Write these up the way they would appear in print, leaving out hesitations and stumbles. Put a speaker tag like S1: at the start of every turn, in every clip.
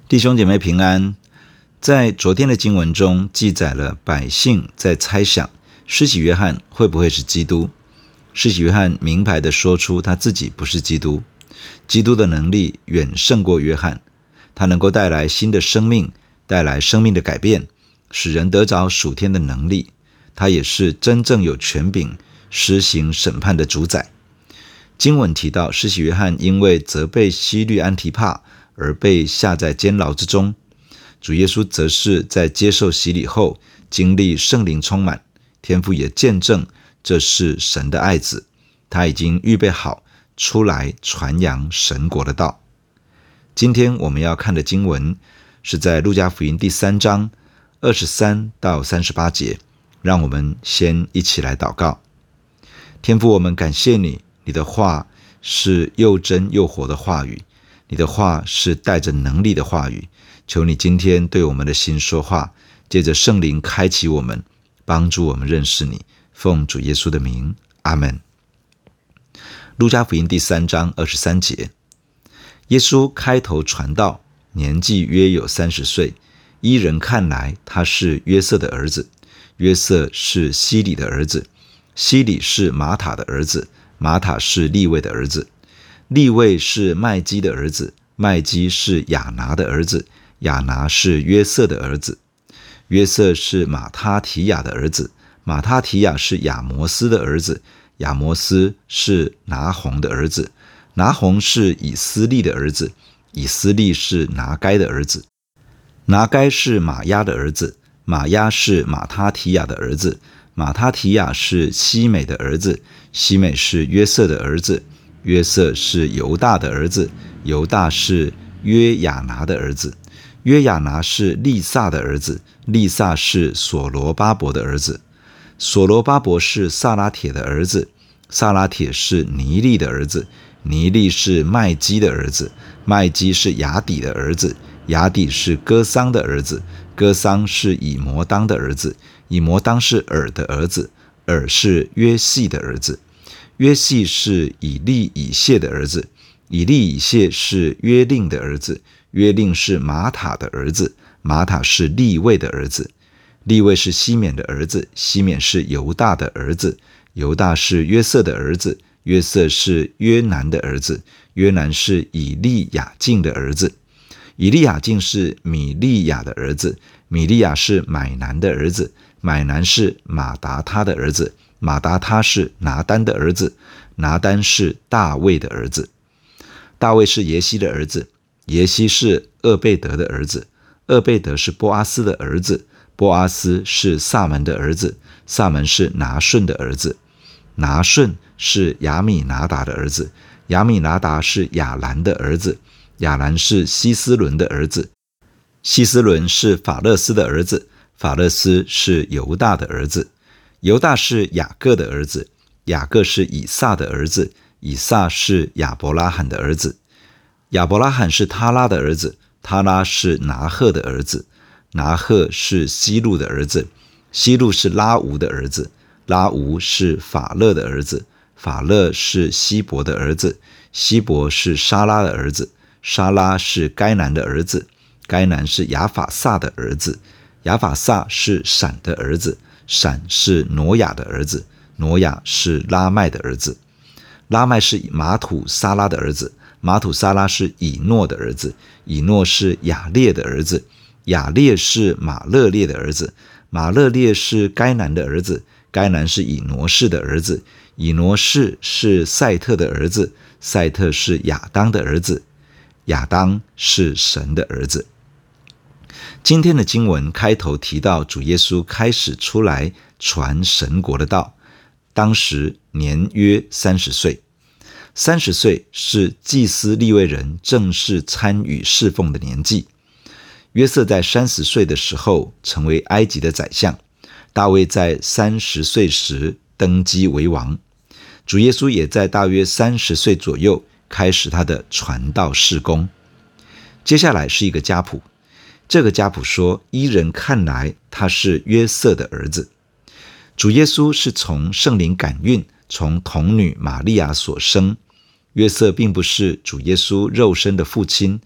S1: 弟兄姐妹平安。在昨天的经文中记载了百姓在猜想施洗约翰会不会是基督。施洗约翰明白地说出他自己不是基督，基督的能力远胜过约翰，他能够带来新的生命，带来生命的改变，使人得着属天的能力。他也是真正有权柄施行审判的主宰。经文提到施洗约翰因为责备希律安提帕而被下在监牢之中，主耶稣则是在接受洗礼后经历圣灵充满，天父也见证这是神的爱子，他已经预备好出来传扬神国的道。今天我们要看的经文是在路加福音第3章23到38节，让我们先一起来祷告。天父，我们感谢你，你的话是又真又活的话语，你的话是带着能力的话语，求你今天对我们的心说话，借着圣灵开启我们，帮助我们认识你，奉主耶稣的名，阿们。路加福音第3章23节，耶稣开头传道，年纪约有30岁，依人看来他是约瑟的儿子，约瑟是希里的儿子，希里是马塔的儿子，马塔是利未的儿子，利未是麦基的儿子，麦基是亚拿的儿子，亚拿是约瑟的儿子，约瑟是马他提亚的儿子，马他提亚是亚摩斯的儿子，亚摩斯是拿红的儿子，拿红是以斯利的儿子，以斯利是拿该的儿子，拿该是马押的儿子，马押是马他提亚的儿子，马他提亚是西美的儿子，西美是约瑟的儿子，约瑟是犹大的儿子，犹大是约亚拿的儿子，约亚拿是利撒的儿子，利撒是所罗巴伯的儿子，所罗巴伯是撒拉铁的儿子，撒拉铁是尼利的儿子，尼利是麦基的儿子，麦基是雅底的儿子，雅底是歌桑的儿子，歌桑是以摩当的儿子，以摩当是尔的儿子，尔是约细的儿子，约细是以利以谢的儿子，以利以谢是约令的儿子，约令是马塔的儿子，马塔是利未的儿子，利未是西缅的儿子，西缅是犹大的儿子，犹大是约瑟的儿子，约瑟是约南的儿子，约南是以利亚敬的儿子，以利亚敬是米利亚的儿子，米利亚是买南的儿子，买南是马达他的儿子，马达他是拿单的儿子，拿单是大卫的儿子，大卫是耶西的儿子，耶西是厄贝德的儿子，厄贝德是波阿斯的儿子，波阿斯是撒门的儿子，撒门是拿顺的儿子，拿顺是亚米拿达的儿子，亚米拿达是亚兰的儿子，亚兰是希斯伦的儿子，希斯伦是法勒斯的儿子，法勒斯是犹大的儿子，犹大是雅各的儿子，雅各是以撒的儿子，以撒是亚伯拉罕的儿子，亚伯拉罕是他拉的儿子，他拉是拿赫的儿子，拿赫是西路的儿子，西路是拉吾的儿子，拉吾是法勒的儿子，法勒是希伯的儿子，希伯是沙拉的儿子，沙拉是该南的儿子，该南是亚法萨的儿子，亚法萨是闪的儿子，闪是挪亚的儿子，挪亚是拉麦的儿子，拉麦是马土撒拉的儿子，马土撒拉是以诺的儿子，以诺是雅列的儿子，雅列是马勒列的儿子，马勒列是该南的儿子，该南是以挪士的儿子，以挪士是赛特的儿子，赛特是亚当的儿子，亚当是神的儿子。今天的经文开头提到主耶稣开始出来传神国的道，当时年约30岁。30岁是祭司利未人正式参与侍奉的年纪。约瑟在30岁的时候成为埃及的宰相，大卫在30岁时登基为王，主耶稣也在大约30岁左右开始他的传道事工。接下来是一个家谱，这个家谱说，依人看来他是约瑟的儿子。主耶稣是从圣灵感孕，从童女玛利亚所生。约瑟并不是主耶稣肉身的父亲，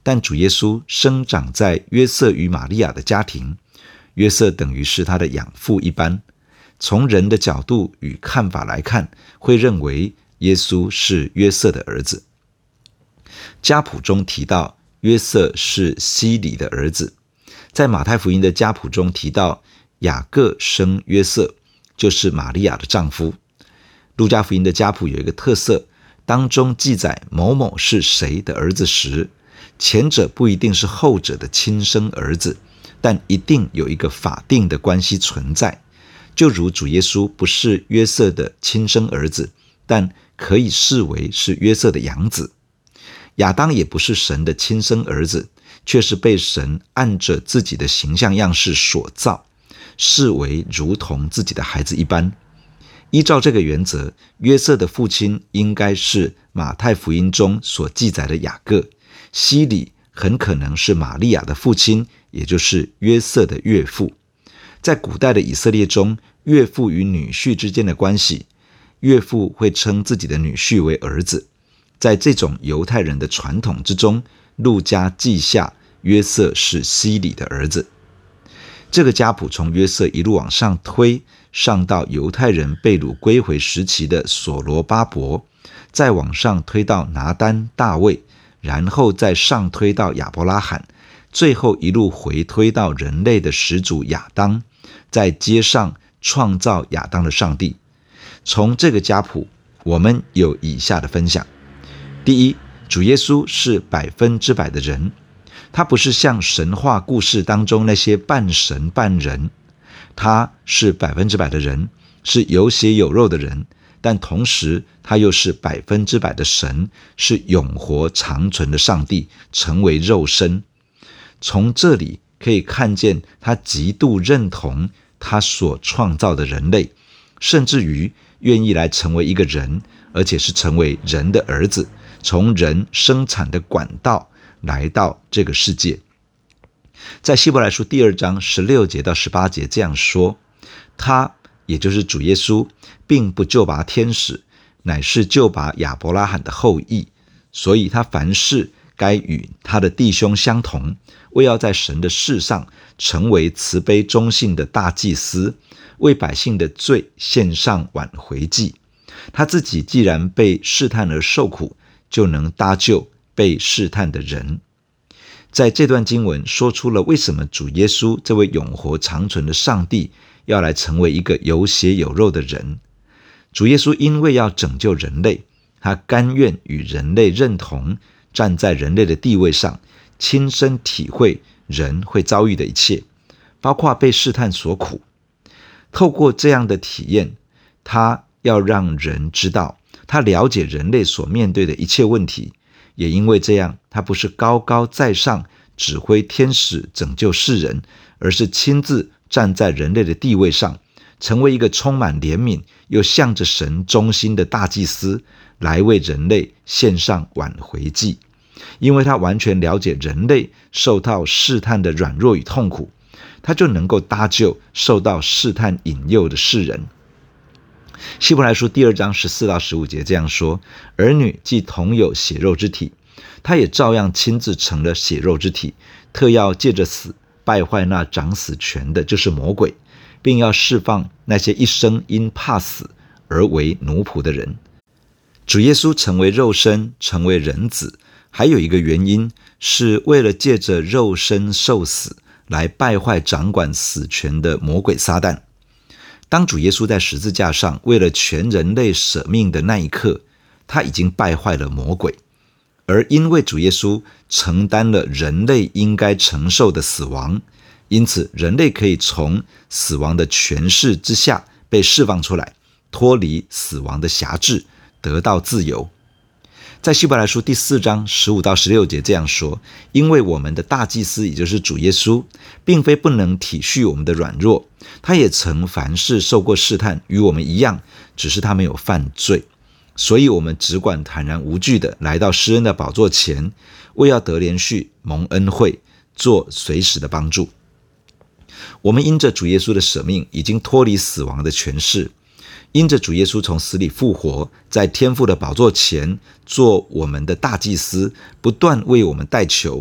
S1: 但主耶稣生长在约瑟与玛利亚的家庭，约瑟等于是他的养父一般。从人的角度与看法来看，会认为耶稣是约瑟的儿子。家谱中提到约瑟是希里的儿子，在马太福音的家谱中提到雅各生约瑟，就是玛利亚的丈夫。路加福音的家谱有一个特色，当中记载某某是谁的儿子时，前者不一定是后者的亲生儿子，但一定有一个法定的关系存在。就如主耶稣不是约瑟的亲生儿子，但可以视为是约瑟的养子。亚当也不是神的亲生儿子，却是被神按着自己的形象样式所造，视为如同自己的孩子一般。依照这个原则，约瑟的父亲应该是马太福音中所记载的雅各，希里很可能是玛利亚的父亲，也就是约瑟的岳父。在古代的以色列中，岳父与女婿之间的关系，岳父会称自己的女婿为儿子。在这种犹太人的传统之中，路加记下约瑟是希里的儿子。这个家谱从约瑟一路往上推，上到犹太人被掳归回时期的所罗巴伯，再往上推到拿单、大卫，然后再上推到亚伯拉罕，最后一路回推到人类的始祖亚当，再接上创造亚当的上帝。从这个家谱，我们有以下的分享。第一，主耶稣是100%的人，他不是像神话故事当中那些半神半人，他是100%的人，是有血有肉的人，但同时他又是100%的神，是永活长存的上帝，成为肉身。从这里可以看见他极度认同他所创造的人类，甚至于愿意来成为一个人，而且是成为人的儿子，从人生产的管道来到这个世界。在希伯来书2章16节到18节这样说，他也就是主耶稣，并不救拔天使，乃是救拔亚伯拉罕的后裔，所以他凡事该与他的弟兄相同，为要在神的事上成为慈悲忠信的大祭司，为百姓的罪献上挽回祭。他自己既然被试探而受苦，就能搭救被试探的人。在这段经文说出了为什么主耶稣这位永活长存的上帝要来成为一个有血有肉的人。主耶稣因为要拯救人类，他甘愿与人类认同，站在人类的地位上，亲身体会人会遭遇的一切，包括被试探所苦。透过这样的体验，他要让人知道，他了解人类所面对的一切问题，也因为这样，他不是高高在上指挥天使拯救世人，而是亲自站在人类的地位上，成为一个充满怜悯又向着神忠心的大祭司，来为人类献上挽回祭。因为他完全了解人类受到试探的软弱与痛苦，他就能够搭救受到试探引诱的世人。希伯来书2章14到15节这样说，儿女既同有血肉之体，他也照样亲自成了血肉之体，特要借着死败坏那掌死权的，就是魔鬼，并要释放那些一生因怕死而为奴仆的人。主耶稣成为肉身，成为人子，还有一个原因，是为了借着肉身受死，来败坏掌管死权的魔鬼撒旦。当主耶稣在十字架上为了全人类舍命的那一刻，他已经败坏了魔鬼。而因为主耶稣承担了人类应该承受的死亡，因此人类可以从死亡的权势之下被释放出来，脱离死亡的辖制，得到自由。在希伯来书4章15到16节这样说，因为我们的大祭司也就是主耶稣，并非不能体恤我们的软弱，他也曾凡事受过试探，与我们一样，只是他没有犯罪。所以我们只管坦然无惧的来到施恩的宝座前，为要得连续蒙恩惠，做随时的帮助。我们因着主耶稣的舍命，已经脱离死亡的权势，因着主耶稣从死里复活，在天父的宝座前做我们的大祭司，不断为我们代求，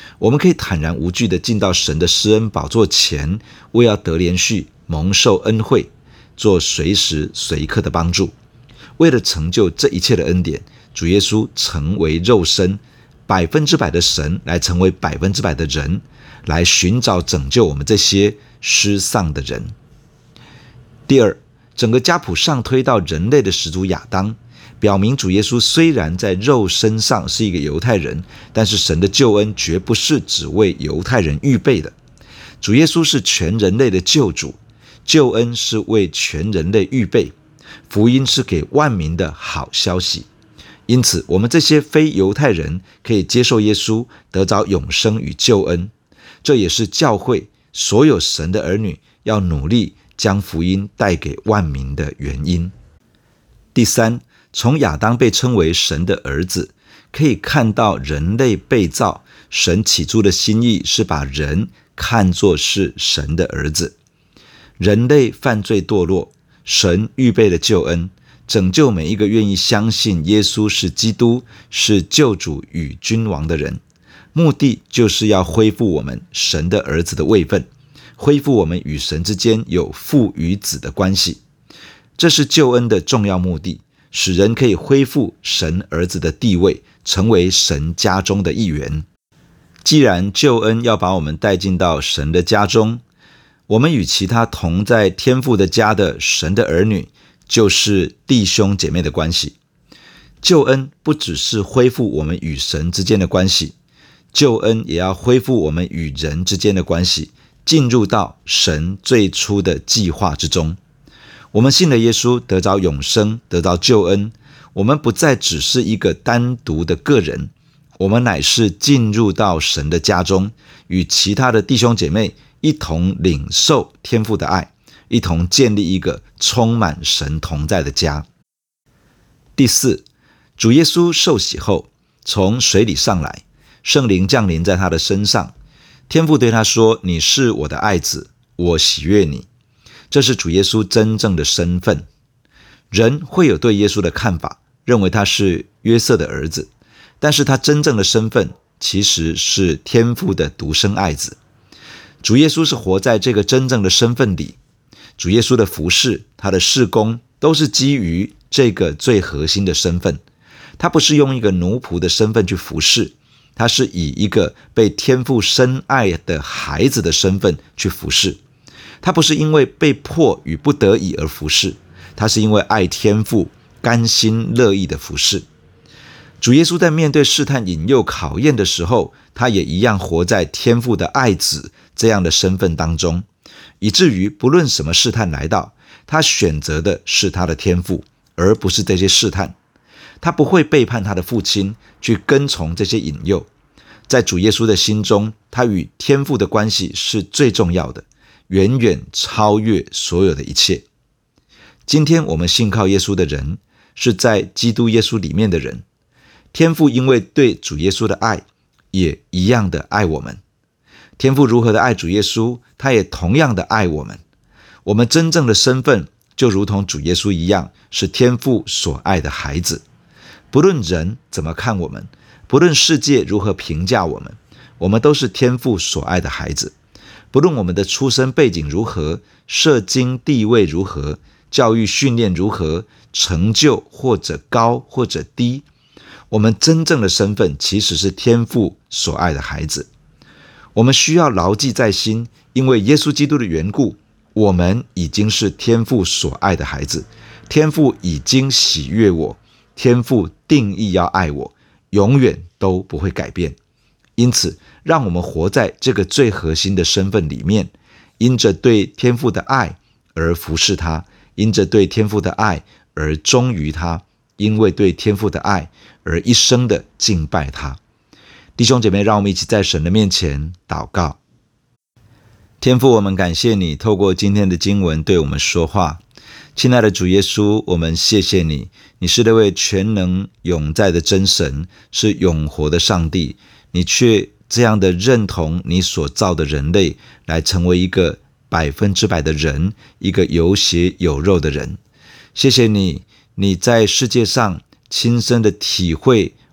S1: 我们可以坦然无惧地进到神的施恩宝座前，为要得连续蒙受恩惠，做随时随刻的帮助。为了成就这一切的恩典，主耶稣成为肉身，100%的神来成为100%的人，来寻找拯救我们这些失丧的人。第二，整个家谱上推到人类的始祖亚当，表明主耶稣虽然在肉身上是一个犹太人，但是神的救恩绝不是只为犹太人预备的。主耶稣是全人类的救主，救恩是为全人类预备，福音是给万民的好消息。因此，我们这些非犹太人可以接受耶稣，得着永生与救恩。这也是教会所有神的儿女要努力将福音带给万民的原因。第三，从亚当被称为神的儿子，可以看到人类被造，神起初的心意是把人看作是神的儿子。人类犯罪堕落，神预备了救恩，拯救每一个愿意相信耶稣是基督，是救主与君王的人。目的就是要恢复我们神的儿子的位分，恢复我们与神之间有父与子的关系。这是救恩的重要目的，使人可以恢复神儿子的地位，成为神家中的一员。既然救恩要把我们带进到神的家中，我们与其他同在天父的家的神的儿女，就是弟兄姐妹的关系。救恩不只是恢复我们与神之间的关系，救恩也要恢复我们与人之间的关系，进入到神最初的计划之中。我们信了耶稣，得着永生，得着救恩。我们不再只是一个单独的个人，我们乃是进入到神的家中，与其他的弟兄姐妹一同领受天父的爱，一同建立一个充满神同在的家。第四，主耶稣受洗后从水里上来，圣灵降临在他的身上，天父对他说：你是我的爱子，我喜悦你。这是主耶稣真正的身份。人会有对耶稣的看法，认为他是约瑟的儿子，但是他真正的身份其实是天父的独生爱子。主耶稣是活在这个真正的身份里，主耶稣的服事，他的事工都是基于这个最核心的身份。他不是用一个奴仆的身份去服事，他是以一个被天父深爱的孩子的身份去服事。他不是因为被迫与不得已而服事，他是因为爱天父，甘心乐意的服事。主耶稣在面对试探、引诱、考验的时候，他也一样活在天父的爱子这样的身份当中，以至于不论什么试探来到，他选择的是他的天父，而不是这些试探。他不会背叛他的父亲，去跟从这些引诱。在主耶稣的心中，他与天父的关系是最重要的，远远超越所有的一切。今天我们信靠耶稣的人，是在基督耶稣里面的人。天父因为对主耶稣的爱，也一样的爱我们。天父如何的爱主耶稣，他也同样的爱我们。我们真正的身份，就如同主耶稣一样，是天父所爱的孩子。不论人怎么看我们，不论世界如何评价我们，我们都是天父所爱的孩子。不论我们的出身背景如何，社经地位如何，教育训练如何，成就或者高或者低，我们真正的身份其实是天父所爱的孩子。我们需要牢记在心，因为耶稣基督的缘故，我们已经是天父所爱的孩子。天父已经喜悦我，天父定义要爱我，永远都不会改变。因此，让我们活在这个最核心的身份里面，因着对天父的爱而服侍他，因着对天父的爱而忠于他，因为对天父的爱而一生的敬拜他。弟兄姐妹，让我们一起在神的面前祷告。天父，我们感谢你透过今天的经文对我们说话。亲爱的主耶稣，我们谢谢你，你是那位全能永在的真神，是永活的上帝，你却这样的认同你所造的人类，来成为一个100%的人，一个有血有肉的人。谢谢你，你在世界上亲身的体会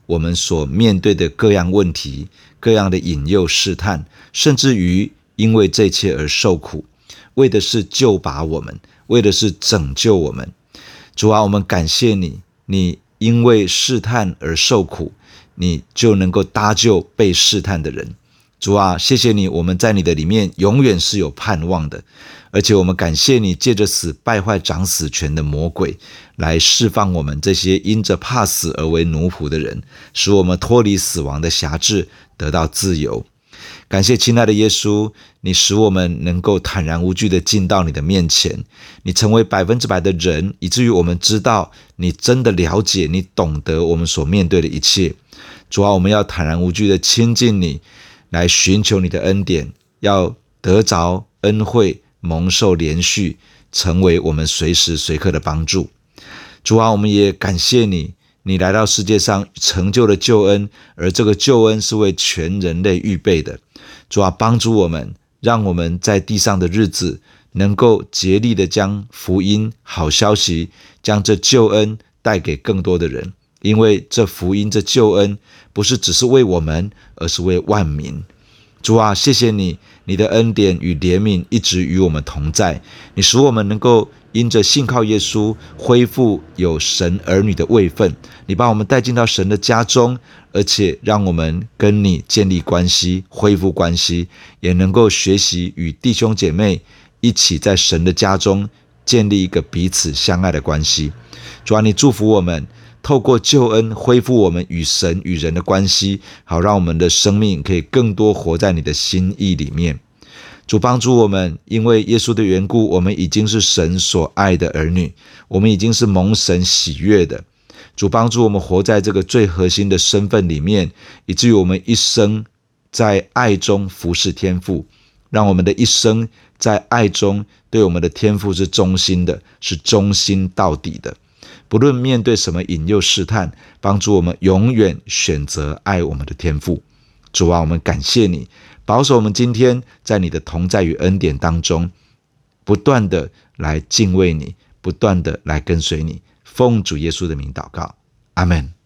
S1: 我们所面对的各样问题、各样的引诱试探，甚至于因为这一切而受苦，为的是救拔我们，为的是拯救我们。主啊，我们感谢你，你因为试探而受苦，你就能够搭救被试探的人。主啊，谢谢你，我们在你的里面永远是有盼望的，而且我们感谢你借着死败坏掌死权的魔鬼，来释放我们这些因着怕死而为奴仆的人，使我们脱离死亡的辖制，得到自由。感谢亲爱的耶稣，你使我们能够坦然无惧地进到你的面前，你成为100%的人，以至于我们知道你真的了解，你懂得我们所面对的一切。主啊，我们要坦然无惧地亲近你，来寻求你的恩典，要得着恩惠，蒙受连续，成为我们随时随刻的帮助。主啊，我们也感谢你，你来到世界上成就了救恩，而这个救恩是为全人类预备的。主啊，帮助我们，让我们在地上的日子能够竭力的将福音好消息，将这救恩带给更多的人，因为这福音这救恩不是只是为我们，而是为万民。主啊，谢谢你，你的恩典与怜悯一直与我们同在，你使我们能够因着信靠耶稣恢复有神儿女的位分，你把我们带进到神的家中，而且让我们跟你建立关系，恢复关系，也能够学习与弟兄姐妹一起在神的家中建立一个彼此相爱的关系。主啊，你祝福我们，透过救恩恢复我们与神与人的关系，好让我们的生命可以更多活在你的心意里面。主帮助我们，因为耶稣的缘故，我们已经是神所爱的儿女，我们已经是蒙神喜悦的。主帮助我们活在这个最核心的身份里面，以至于我们一生在爱中服侍天父，让我们的一生在爱中对我们的天父是忠心的，是忠心到底的。不论面对什么引诱试探，帮助我们永远选择爱我们的天父。主啊，我们感谢你，保守我们今天在你的同在与恩典当中，不断的来敬畏你，不断的来跟随你。奉主耶稣的名祷告，阿们。